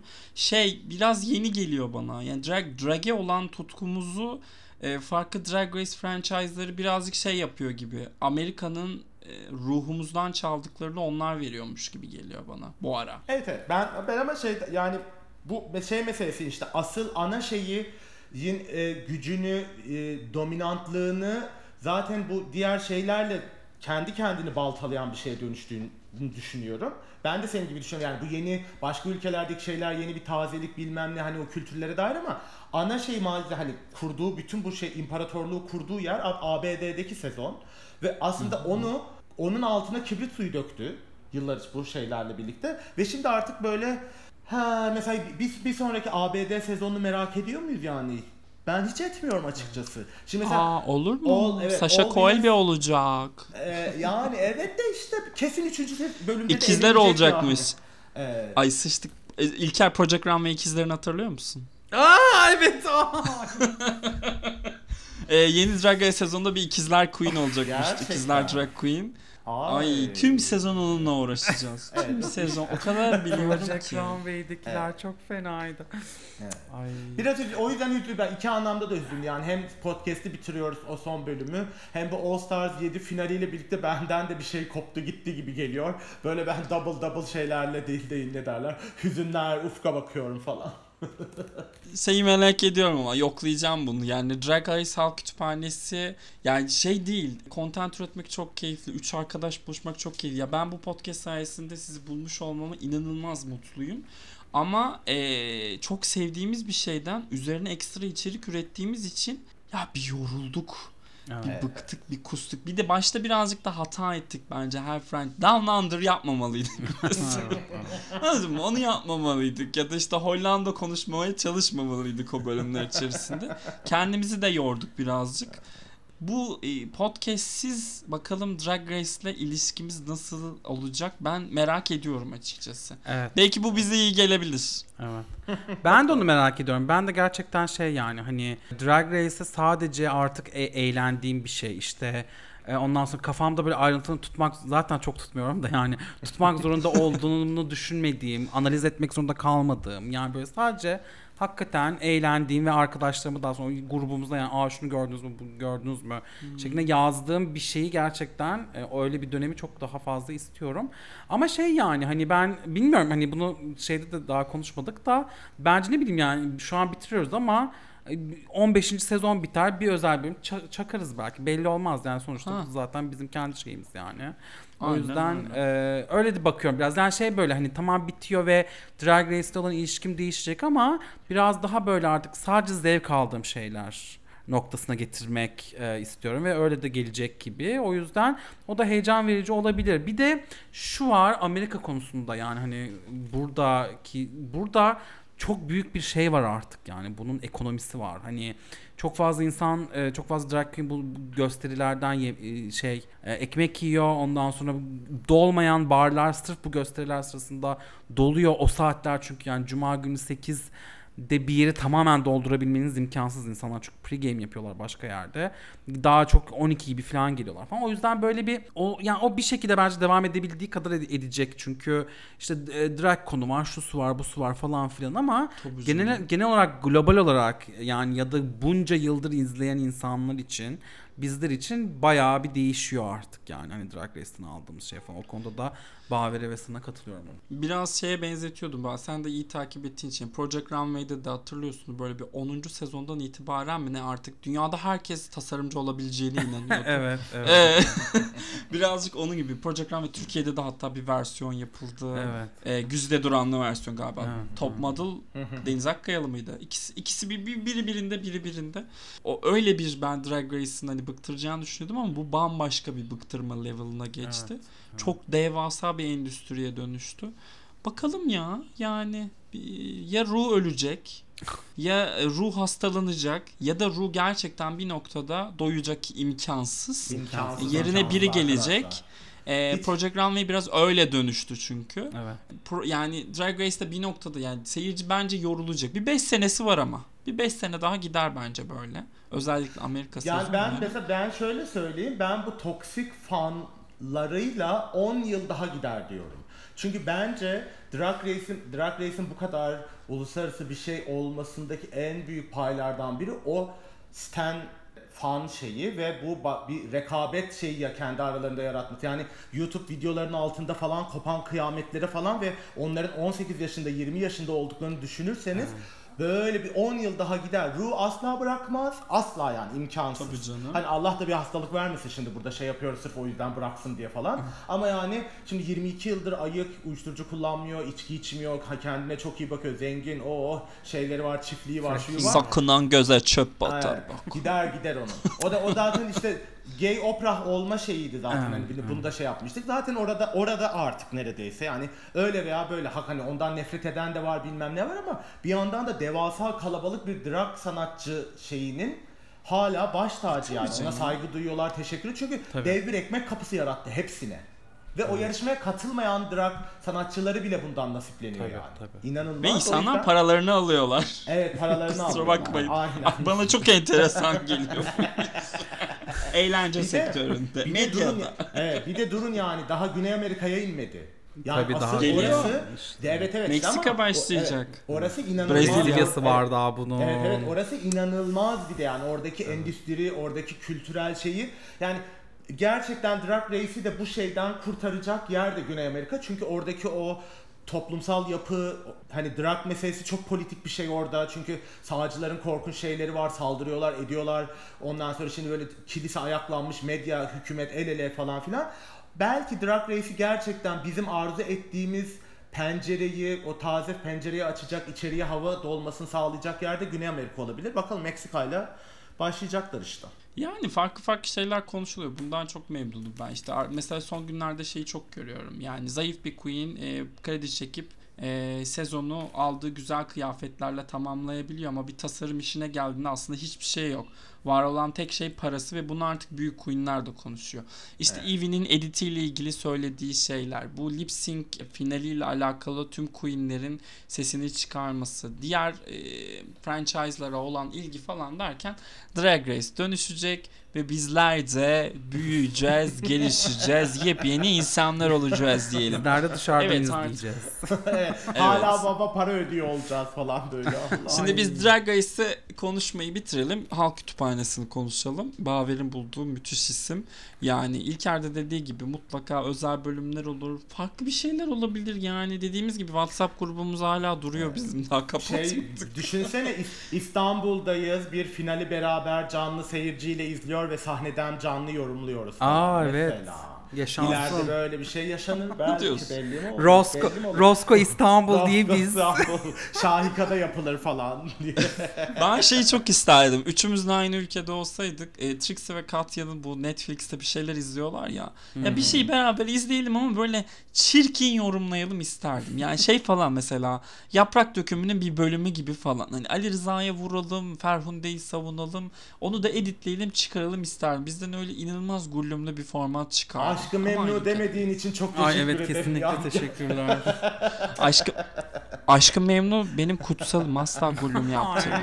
Biraz yeni geliyor bana. Yani drag'e olan tutkumuzu farklı Drag Race franchise'ları birazcık yapıyor gibi. Amerika'nın ruhumuzdan çaldıklarını onlar veriyormuş gibi geliyor bana bu ara. Evet ben ama yani bu meselesi işte asıl ana gücünü, dominantlığını zaten bu diğer şeylerle kendi kendini baltalayan bir şeye dönüştüğünü düşünüyorum. Ben de senin gibi düşünüyorum. Yani bu yeni başka ülkelerdeki şeyler yeni bir tazelik bilmem ne hani o kültürlere dair ama ana maalesef hani kurduğu bütün bu imparatorluğu kurduğu yer ABD'deki sezon ve aslında onun altına kibrit suyu döktü. yıllar bu şeylerle birlikte. Ve şimdi artık böyle mesela bir sonraki ABD sezonunu merak ediyor muyuz yani? Ben hiç etmiyorum açıkçası. Şimdi mesela olur mu? evet, Sasha Colby olacak. Yani evet de işte kesin 3. bölümde İkizler de olacakmış. Yani. Ay sıçtık. İlker Project Runway ikizlerini hatırlıyor musun? Evet. Yeni Drag Race sezonunda bir ikizler Queen olacakmış. Gerçekten. İkizler Drag Queen. Ay tüm sezon onunla uğraşacağız. Tüm sezon o kadar biliyorum Project ki. Runway'dekiler çok fenaydı. Evet. Ay. Biraz o yüzden üzüldüm. Ben iki anlamda da üzüldüm. Yani hem podcast'i bitiriyoruz o son bölümü, hem bu All Stars 7 finaliyle birlikte benden de bir şey koptu gitti gibi geliyor. Böyle ben double şeylerle değil ne derler, hüzünler, ufka bakıyorum falan. Şeyi merak ediyorum ama yoklayacağım bunu. Yani Drag Race Halk Kütüphanesi yani şey değil. Content üretmek çok keyifli. 3 arkadaş buluşmak çok keyifli. Ya ben bu podcast sayesinde sizi bulmuş olmama inanılmaz mutluyum. Ama çok sevdiğimiz bir şeyden üzerine ekstra içerik ürettiğimiz için ya bir yorulduk. Evet. Bir bıktık, bir kustuk. Bir de başta birazcık da hata ettik bence. Her friend Down Under yapmamalıydık. Anladın mı? Onu yapmamalıydık. Ya da işte Hollanda konuşmaya çalışmamalıydık o bölümler içerisinde. Kendimizi de yorduk birazcık. Bu podcastsiz bakalım Drag Race ile ilişkimiz nasıl olacak ben merak ediyorum açıkçası. Evet. Belki bu bize iyi gelebilir. Evet. Ben de onu merak ediyorum. Ben de gerçekten yani hani Drag Race'e sadece artık eğlendiğim bir şey işte. Ondan sonra kafamda böyle ayrıntını tutmak zaten çok tutmuyorum da yani tutmak zorunda olduğunu düşünmediğim, analiz etmek zorunda kalmadığım yani böyle sadece hakikaten eğlendiğim ve arkadaşlarımı daha sonra grubumuzda yani şunu gördünüz mü bunu gördünüz mü şeklinde yazdığım bir şeyi gerçekten öyle bir dönemi çok daha fazla istiyorum. Ama yani hani ben bilmiyorum hani bunu şeyde de daha konuşmadık da bence ne bileyim yani şu an bitiriyoruz ama 15. sezon biter bir özel bölüm çakarız belki belli olmaz yani sonuçta bu zaten bizim kendi şeyimiz yani. O Aynen, yüzden öyle de bakıyorum biraz yani böyle hani tamam bitiyor ve Drag Race'te olan ilişkim değişecek ama biraz daha böyle artık sadece zevk aldığım şeyler noktasına getirmek istiyorum ve öyle de gelecek gibi. O yüzden o da heyecan verici olabilir. Bir de şu var Amerika konusunda yani hani burada çok büyük bir şey var artık yani bunun ekonomisi var. Hani çok fazla insan, çok fazla drag queen bu gösterilerden ekmek yiyor. Ondan sonra dolmayan barlar sırf bu gösteriler sırasında doluyor o saatler çünkü yani cuma günü 8'de bir yeri tamamen doldurabilmeniz imkansız. İnsanlar çünkü pre-game yapıyorlar başka yerde. Daha çok 12 gibi falan geliyorlar falan. O yüzden böyle o bir şekilde bence devam edebildiği kadar edecek. Çünkü işte drag konu var, şusu var, busu var falan filan ama genel olarak global olarak yani ya da bunca yıldır izleyen insanlar için bizler için bayağı bir değişiyor artık yani hani Drag Race'ten aldığımız şey falan. O konuda da Baver'e ve sana katılıyorum. Biraz şeye benzetiyordum ben. Sen de iyi takip ettiğin için. Project Runway'de de hatırlıyorsun böyle bir 10. sezondan itibaren mi ne artık dünyada herkes tasarımcı olabileceğine inanıyordu. Evet. Birazcık onun gibi. Project Runway Türkiye'de de hatta bir versiyon yapıldı. Evet. Güzide Duranlı versiyon galiba. Evet. Top Model Deniz Akkayalı mıydı? İkisi biri birinde. O öyle bir ben Drag Race'in hani bıktıracağını düşünüyordum ama bu bambaşka bir bıktırma level'ına geçti. Evet. Çok devasa bir endüstriye dönüştü. Bakalım ya yani ya Ru ölecek ya Ru hastalanacak ya da Ru gerçekten bir noktada doyacak imkansız. Yerine biri gelecek. Project Runway biraz öyle dönüştü çünkü. Evet. Yani Drag Race'de bir noktada yani seyirci bence yorulacak. Bir 5 senesi var ama. Bir 5 sene daha gider bence böyle. Özellikle Amerika sezonu. Yani ben şöyle söyleyeyim. Ben bu toksik fanlarıyla 10 yıl daha gider diyorum. Çünkü bence Drag Race'in bu kadar uluslararası bir şey olmasındaki en büyük paylardan biri o stan fan şeyi ve bu bir rekabet şeyi ya kendi aralarında yaratması. Yani YouTube videolarının altında falan kopan kıyametleri falan ve onların 18 yaşında 20 yaşında olduklarını düşünürseniz böyle bir 10 yıl daha gider. Ru asla bırakmaz. Asla yani imkansız. Tabii canım. Hani Allah da bir hastalık vermesin şimdi burada şey yapıyoruz sırf o yüzden bıraksın diye falan. Ama yani şimdi 22 yıldır ayık, uyuşturucu kullanmıyor, içki içmiyor, kendine çok iyi bakıyor, zengin, şeyleri var, çiftliği var, şuyu var. Sakınan göze çöp batar bak. Gider onun. O zaten işte gay opera olma şeyiydi zaten. Evet, Hani bunu da şey yapmıştık. Zaten orada artık neredeyse yani öyle veya böyle hani ondan nefret eden de var bilmem ne var ama bir yandan da devasa kalabalık bir drag sanatçı şeyinin hala baş tacı yani. Ona saygı duyuyorlar, teşekkür ediyor. Çünkü dev bir ekmek kapısı yarattı hepsine. Ve o yarışmaya katılmayan drag sanatçıları bile bundan nasipleniyor yani. Tabii. Ve İnanılmaz. insanlar paralarını alıyorlar. Evet, paralarını alıyorlar. Kusura bakmayın. Aynen. Bana çok enteresan geliyor. Eğlence sektöründe, Bir de durun, medyada. evet, bir de durun yani daha Güney Amerika'ya inmedi. Yani Tabii asıl daha geliyor. orası, evet Meksika ama başlayacak. orası inanılmaz. Brezilya'sı var daha bunun. Evet, orası inanılmaz bir de yani oradaki endüstri, oradaki kültürel şeyi yani gerçekten Drag Race'i de bu şeyden kurtaracak yer de Güney Amerika. Çünkü oradaki o toplumsal yapı, hani drag meselesi çok politik bir şey orada. Çünkü sağcıların korkunç şeyleri var, saldırıyorlar, ediyorlar. Ondan sonra şimdi böyle kilise ayaklanmış, medya, hükümet el ele falan filan. Belki Drag Race'i gerçekten bizim arzu ettiğimiz pencereyi, o taze pencereyi açacak, içeriye hava dolmasını sağlayacak yerde Güney Amerika olabilir. Bakalım Meksika'yla başlayacaklar işte. Yani farklı şeyler konuşuluyor. Bundan çok memnunum ben. İşte mesela son günlerde şeyi çok görüyorum. Yani zayıf bir queen kredi çekip sezonu aldığı güzel kıyafetlerle tamamlayabiliyor ama bir tasarım işine geldiğinde aslında hiçbir şey yok. Var olan tek şey parası ve bunu artık büyük queenler de konuşuyor. İşte Evie'nin editiyle ilgili söylediği şeyler, bu lip sync finaliyle alakalı tüm queenlerin sesini çıkarması, diğer franchise'lara olan ilgi falan derken Drag Race dönüşecek ve bizler de büyüyeceğiz, gelişeceğiz, yepyeni insanlar olacağız diyelim. Bizler de dışarıdan Evet, izleyeceğiz. Hala baba para ödüyor olacağız falan böyle. Şimdi biz Drag Race'i konuşmayı bitirelim. Halk Kütüphanesi'ni konuşalım. Baver'in bulduğu müthiş isim. Yani İlker'de dediği gibi mutlaka özel bölümler olur. Farklı bir şeyler olabilir. Yani dediğimiz gibi WhatsApp grubumuz hala duruyor bizim. Daha kapatmadık. Düşünsene İstanbul'dayız. Bir finali beraber canlı seyirciyle izliyor ve sahneden canlı yorumluyoruz. falan Evet. mesela. Yaşansın. İleride böyle bir şey yaşanır belki diyorsun? belli mi olur? Rosco, Belli mi olur? Rosco İstanbul diye Rosco biz. İstanbul, Şahika'da yapılır falan diye. Ben şeyi çok isterdim. Üçümüz de aynı ülkede olsaydık. Trixie ve Katya'nın bu Netflix'te bir şeyler izliyorlar ya. Ya bir şeyi beraber izleyelim ama böyle çirkin yorumlayalım isterdim. Yani şey falan mesela Yaprak Dökümü'nün bir bölümü gibi falan. Hani Ali Rıza'ya vuralım, Ferhunde'yi savunalım. Onu da editleyelim, çıkaralım isterdim. Bizden öyle inanılmaz gullümlü bir format çıkar. Aşkı Memnu demediğin için çok teşekkür Ay ederim. evet kesinlikle ya. teşekkürler. Aşkı Memnu benim kutsalım. Asla gullüm yaptırmam.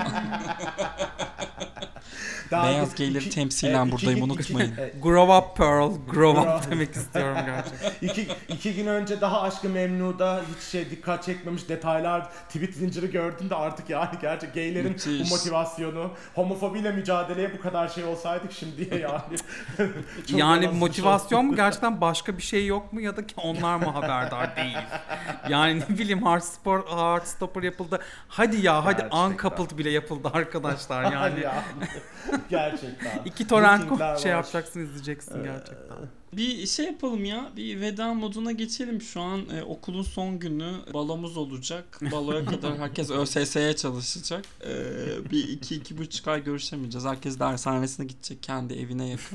Daha Beyaz biz gayleri iki- temsilen iki buradayım, gün- unutmayın. Grow up Pearl, grow up Grow- demek istiyorum gerçekten. iki gün önce daha Aşkı Memnu'da hiç dikkat çekmemiş detaylar, tweet zinciri gördüm de artık yani gerçek gaylerin Müthiş. bu motivasyonu, homofobiyle mücadeleye bu kadar şey olsaydık şimdiye yani. Çok Yani olası bir motivasyon şey. mu gerçekten başka bir şey yok mu ya da ki onlar mı haberdar değil? Yani ne bileyim Heartstopper yapıldı. Hadi ya hadi Gerçekten. Uncoupled bile yapıldı arkadaşlar yani. Ya, gerçekten. İki torrent Meetingler şey var. yapacaksın izleyeceksin gerçekten. Bir şey yapalım ya. Bir veda moduna geçelim. Şu an okulun son günü. Balomuz olacak. Baloya kadar herkes ÖSS'ye çalışacak. Bir iki buçuk ay görüşemeyeceğiz. Herkes dershanesine gidecek. Kendi evine yakın.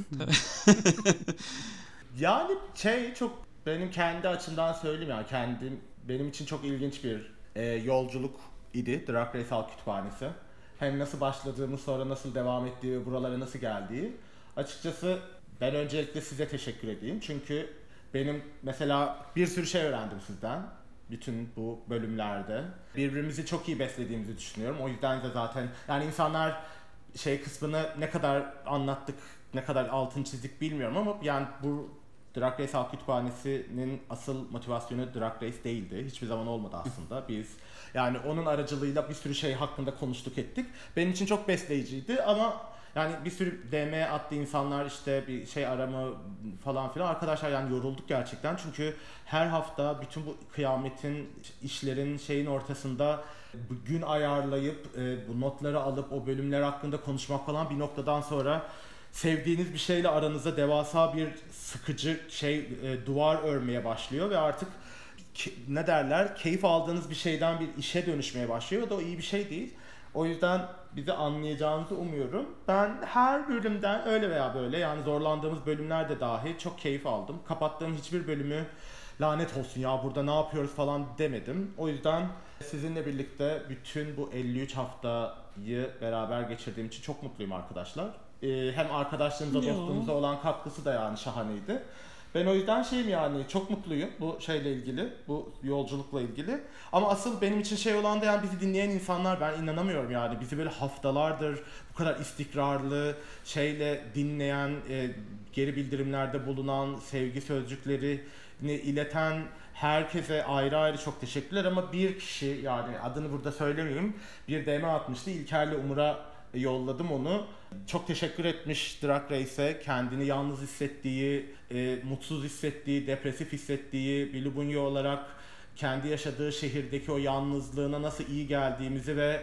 Yani çok benim kendi açımdan söyleyeyim ya benim için çok ilginç bir yolculuk idi Drag Race Halk Kütüphanesi. Hem nasıl başladığımı sonra nasıl devam ettiği buralara nasıl geldiği. Açıkçası ben öncelikle size teşekkür edeyim çünkü benim mesela bir sürü şey öğrendim sizden. Bütün bu bölümlerde. Birbirimizi çok iyi beslediğimizi düşünüyorum. O yüzden de zaten yani insanlar şey kısmını ne kadar anlattık, ne kadar altını çizdik bilmiyorum ama yani bu Drag Race Halk Kütüphanesi'nin asıl motivasyonu Drag Race değildi. Hiçbir zaman olmadı aslında. Biz yani onun aracılığıyla bir sürü şey hakkında konuştuk ettik. Benim için çok besleyiciydi ama yani bir sürü DM attı insanlar işte bir şey arama falan filan. Arkadaşlar yani yorulduk gerçekten çünkü her hafta bütün bu kıyametin, işlerin şeyin ortasında gün ayarlayıp bu notları alıp o bölümler hakkında konuşmak falan bir noktadan sonra sevdiğiniz bir şeyle aranıza devasa bir sıkıcı duvar örmeye başlıyor ve artık ne derler keyif aldığınız bir şeyden bir işe dönüşmeye başlıyor. O da iyi bir şey değil. O yüzden bizi anlayacağınızı umuyorum. Ben her bölümden öyle veya böyle, yani zorlandığımız bölümler de dahil çok keyif aldım. Kapattığım hiçbir bölümü lanet olsun ya burada ne yapıyoruz falan demedim. O yüzden sizinle birlikte bütün bu 53 haftayı beraber geçirdiğim için çok mutluyum arkadaşlar. Hem arkadaşlarınıza, dostluğunuza olan katkısı da yani şahaneydi. Ben o yüzden yani çok mutluyum bu şeyle ilgili, bu yolculukla ilgili. Ama asıl benim için şey olan da yani bizi dinleyen insanlar, ben inanamıyorum yani. Bizi böyle haftalardır bu kadar istikrarlı şeyle dinleyen, geri bildirimlerde bulunan, sevgi sözcüklerini ileten herkese ayrı ayrı çok teşekkürler. Ama bir kişi, yani adını burada söylemeyeyim, bir DM atmıştı. İlker'le Umur'a yolladım onu. Çok teşekkür etmiş Drag Race'e. Kendini yalnız hissettiği, mutsuz hissettiği, depresif hissettiği, bir Lubunya olarak kendi yaşadığı şehirdeki o yalnızlığına nasıl iyi geldiğimizi ve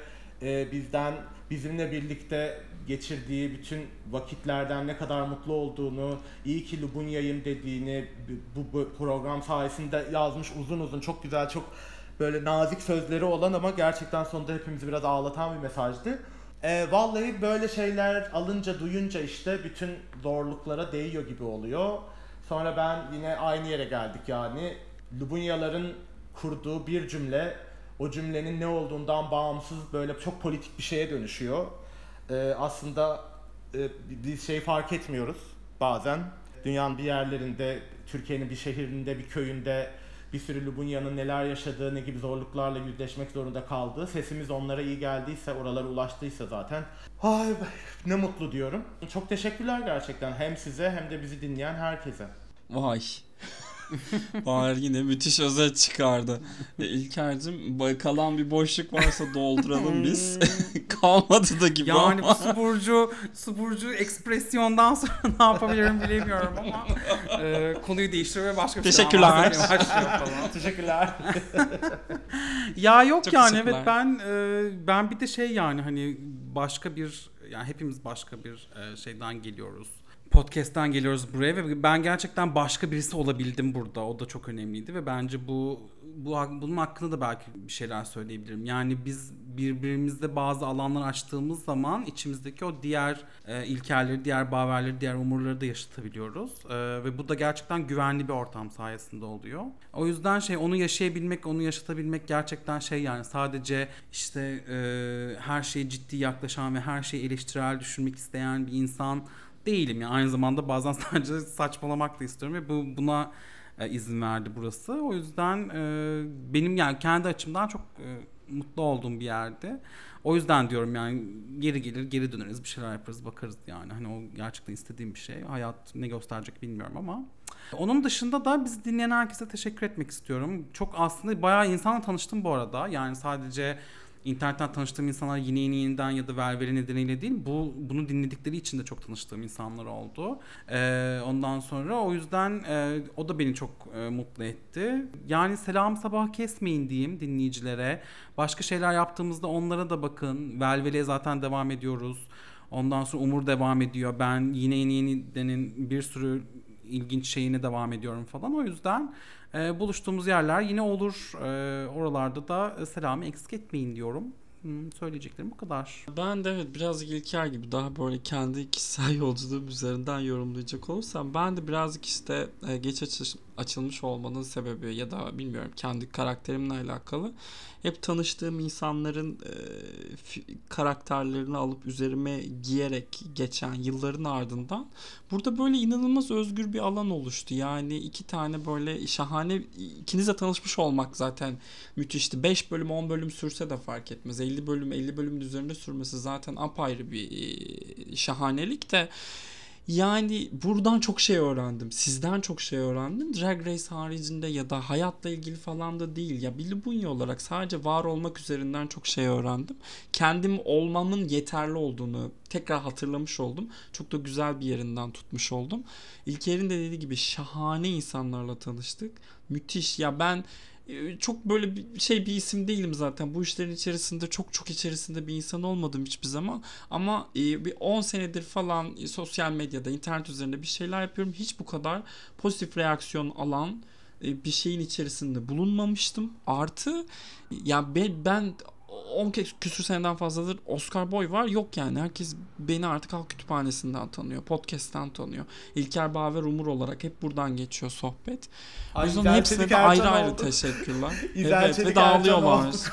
bizimle birlikte geçirdiği bütün vakitlerden ne kadar mutlu olduğunu, iyi ki Lubunya'yım dediğini bu program sayesinde yazmış, uzun uzun çok güzel, çok böyle nazik sözleri olan ama gerçekten sonunda hepimizi biraz ağlatan bir mesajdı. Vallahi böyle şeyler alınca, duyunca işte bütün zorluklara değiyor gibi oluyor. Sonra ben yine aynı yere geldik yani. Lubunyaların kurduğu bir cümle, o cümlenin ne olduğundan bağımsız böyle çok politik bir şeye dönüşüyor. Aslında biz fark etmiyoruz bazen. Dünyanın bir yerlerinde, Türkiye'nin bir şehrinde, bir köyünde bir sürü Lubunya'nın neler yaşadığı, ne gibi zorluklarla yüzleşmek zorunda kaldığı, sesimiz onlara iyi geldiyse, oralara ulaştıysa zaten ay ne mutlu diyorum. Çok teşekkürler gerçekten hem size hem de bizi dinleyen herkese. Vay. Bahar yine müthiş özet çıkardı. İlker'cim kalan bir boşluk varsa dolduralım biz. Kalmadı da gibi yani ama. Yani bu su burcu ekspresyondan sonra ne yapabilirim bilemiyorum ama konuyu değiştiriyor ve başka bir şey Teşekkürler. Teşekkürler. Ya yok Çok yani evet ben bir de yani hani başka bir, yani hepimiz başka bir şeyden geliyoruz. Podcast'ten geliyoruz buraya ve ben gerçekten başka birisi olabildim burada. O da çok önemliydi ve bence bunun hakkında da belki bir şeyler söyleyebilirim. Yani biz birbirimizde bazı alanlar açtığımız zaman içimizdeki o diğer ilkelleri, diğer baverleri, diğer umurları da yaşatabiliyoruz. Ve bu da gerçekten güvenli bir ortam sayesinde oluyor. O yüzden onu yaşayabilmek, onu yaşatabilmek gerçekten yani sadece işte her şeye ciddi yaklaşan ve her şeyi eleştirel düşünmek isteyen bir insan değilim. Yani aynı zamanda bazen sadece saçmalamak da istiyorum ve buna izin verdi burası. O yüzden benim yani kendi açımdan çok mutlu olduğum bir yerdi. O yüzden diyorum yani geri gelir, geri döneriz, bir şeyler yaparız, bakarız yani. Hani o gerçekten istediğim bir şey. Hayat ne gösterecek bilmiyorum ama. Onun dışında da bizi dinleyen herkese teşekkür etmek istiyorum. Çok aslında bayağı insanla tanıştım bu arada. Yani sadece İnternetten tanıştığım insanlar yeniden ya da Velveri nedeniyle değil, bunu dinledikleri için de çok tanıştığım insanlar oldu. Ondan sonra o yüzden o da beni çok mutlu etti. Yani selam sabah kesmeyin diyeyim dinleyicilere. Başka şeyler yaptığımızda onlara da bakın. Velveri'ye zaten devam ediyoruz. Ondan sonra Umur devam ediyor. Ben yine yeniden bir sürü ilginç şeyine devam ediyorum falan. O yüzden buluştuğumuz yerler yine olur. Oralarda da selamı eksik etmeyin diyorum. Söyleyeceklerim bu kadar. Ben de evet biraz İlker gibi daha böyle kendi kişisel yolculuğum üzerinden yorumlayacak olursam ben de birazcık işte geç açılmış olmanın sebebi ya da bilmiyorum kendi karakterimle alakalı hep tanıştığım insanların karakterlerini alıp üzerime giyerek geçen yılların ardından burada böyle inanılmaz özgür bir alan oluştu. Yani iki tane böyle şahane, ikinizle tanışmış olmak zaten müthişti. 5 bölüm 10 bölüm sürse de fark etmez. 50 bölümün üzerinde sürmesi zaten apayrı bir şahanelik de. Yani buradan çok şey öğrendim. Sizden çok şey öğrendim. Drag Race haricinde ya da hayatla ilgili falan da değil. Ya bir Lubunya olarak sadece var olmak üzerinden çok şey öğrendim. Kendim olmamın yeterli olduğunu tekrar hatırlamış oldum. Çok da güzel bir yerinden tutmuş oldum. İlker'in de dediği gibi şahane insanlarla tanıştık. Müthiş. Ya ben çok böyle bir isim değilim zaten. Bu işlerin içerisinde çok içerisinde bir insan olmadım hiçbir zaman. Ama bir 10 senedir falan sosyal medyada, internet üzerinde bir şeyler yapıyorum. Hiç bu kadar pozitif reaksiyon alan bir şeyin içerisinde bulunmamıştım. Artı ya ben 10 küsür seneden fazladır Oscar Boy var. Yok yani. Herkes beni artık Halk Kütüphanesi'nden tanıyor. Podcast'ten tanıyor. İlker Bağ ve Umur olarak hep buradan geçiyor sohbet. O Ay, yüzden İzel hepsine Çelik de Ercan ayrı ayrı oldu. teşekkürler. İzel Evet Çelik ve Ercan dağılıyorlar. oldu.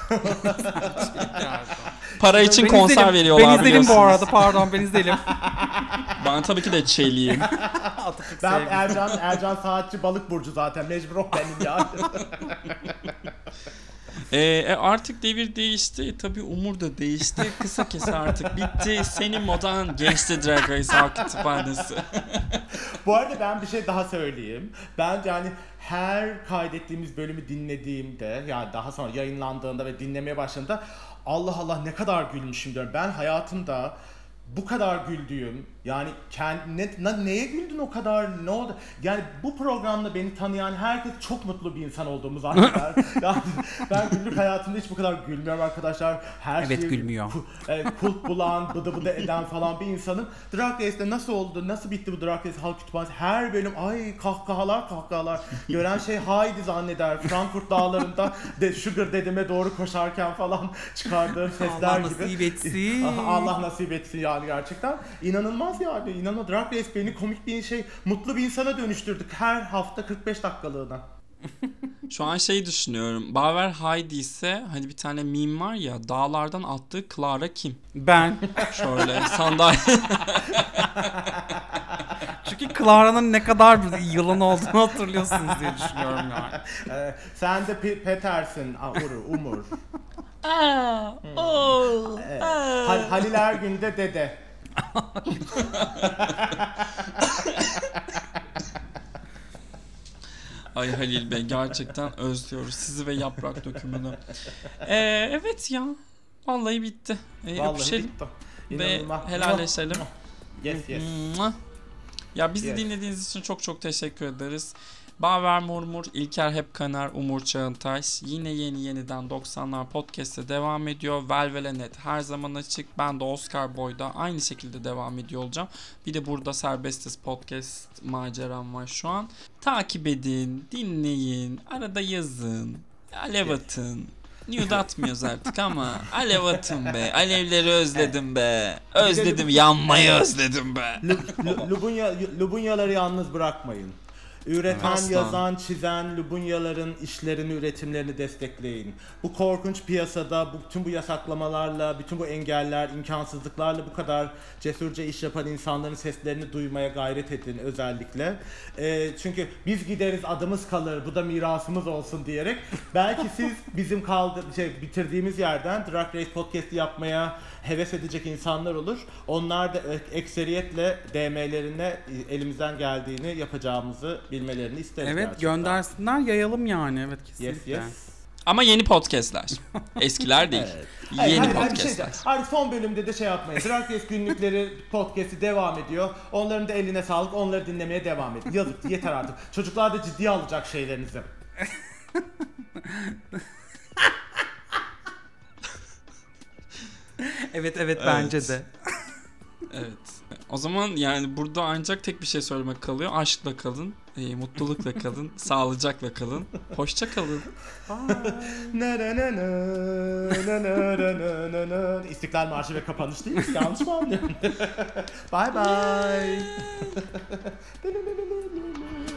Para için Ben konser izlerim. veriyorlar Ben izlerim bu biliyorsunuz. arada, pardon, ben izlerim. Ben tabii ki de çeliyim. Atatürk Ben sevgisi. Ercan Saatçi balık burcu zaten. Mecbur o benim ya. Artık devir değişti. Tabii Umur da değişti. Kısa kese artık bitti. Senin modan geçti Drag Race Halk Kütüphanesi. Bu arada ben bir şey daha söyleyeyim. Ben yani her kaydettiğimiz bölümü dinlediğimde, yani daha sonra yayınlandığında ve dinlemeye başladığımda Allah Allah ne kadar gülmüşüm diyorum. Ben hayatımda bu kadar güldüğüm, yani neye güldün o kadar, ne oldu? Yani bu programda beni tanıyan herkes çok mutlu bir insan olduğumu zanneder. Yani ben günlük hayatımda hiç bu kadar gülmüyorum arkadaşlar. Her Evet, şeyi gülmüyor. Kulp bulan, bıdı bıdı eden falan bir insanım. Drag Race'de nasıl oldu, nasıl bitti bu Drag Race Halk Kütüphanesi? Her bölüm ay kahkahalar. Gören şey Heidi zanneder. Frankfurt dağlarında Sugar dedeme doğru koşarken falan çıkardığım sesler Allah gibi. nasip etsin. Allah nasip etsin yani gerçekten. İnanılmaz yani. İnanılmaz. Drag Race beni komik bir mutlu bir insana dönüştürdük her hafta 45 dakikalığına. Şu an şey düşünüyorum. Baver Heidi ise hani bir tane meme var ya, dağlardan attığı Clara kim? Ben. Şöyle sandalye. Çünkü Clara'nın ne kadar bir yılan olduğunu hatırlıyorsunuz diye düşünüyorum yani. Sen de Peter'sin. Umur. Halil Ergün de dede. Ay Halil Bey, gerçekten özlüyoruz sizi ve yaprak dökümünü. Evet ya. Vallahi bitti. Vallahi Öpüşelim bitti. ve İnanılmaz. helalleşelim. Yes. Mua. Ya bizi Yes. dinlediğiniz için çok çok teşekkür ederiz. Baver Murmur, İlker Hepkaner, Umur Çağıntaş. Yine yeniden 90'lar podcast'te devam ediyor. Velvele.net her zaman açık. Ben de Oscar Boy'da aynı şekilde devam ediyor olacağım. Bir de burada Serbestiz podcast maceram var şu an. Takip edin, dinleyin, arada yazın, alev atın. Nude atmıyoruz artık ama alev atın be. Alevleri özledim be. Özledim, yanmayı özledim be. Lubunyaları yalnız bırakmayın. Üreten, Asla. yazan, çizen Lubunyaların işlerini, üretimlerini destekleyin. Bu korkunç piyasada bütün bu yasaklamalarla, bütün bu engeller, imkansızlıklarla bu kadar cesurca iş yapan insanların seslerini duymaya gayret edin özellikle. Çünkü biz gideriz, adımız kalır, bu da mirasımız olsun diyerek belki siz bizim bitirdiğimiz yerden Drag Race Podcast'i yapmaya heves edecek insanlar olur. Onlar da ekseriyetle DM'lerine elimizden geldiğini yapacağımızı bilmelerini isteriz. Evet, gerçekten. göndersinler, yayalım yani. Evet, kesinlikle. Yes. Ama yeni podcastler. Eskiler değil. Evet. Yeni podcastler. Hayır, son bölümde de şey yapmayın. Drag Race günlükleri podcast'i devam ediyor. Onların da eline sağlık. Onları dinlemeye devam edin. Yazık, yeter artık. Çocuklar da ciddiye alacak şeylerinizi. Evet, bence de. Evet. O zaman yani burada ancak tek bir şey söylemek kalıyor. Aşkla kalın, mutlulukla kalın, sağlıcakla kalın, hoşça kalın. İstiklal Marşı ve kapanış değil mi? Yanlış mı anlıyorum? Bye bye.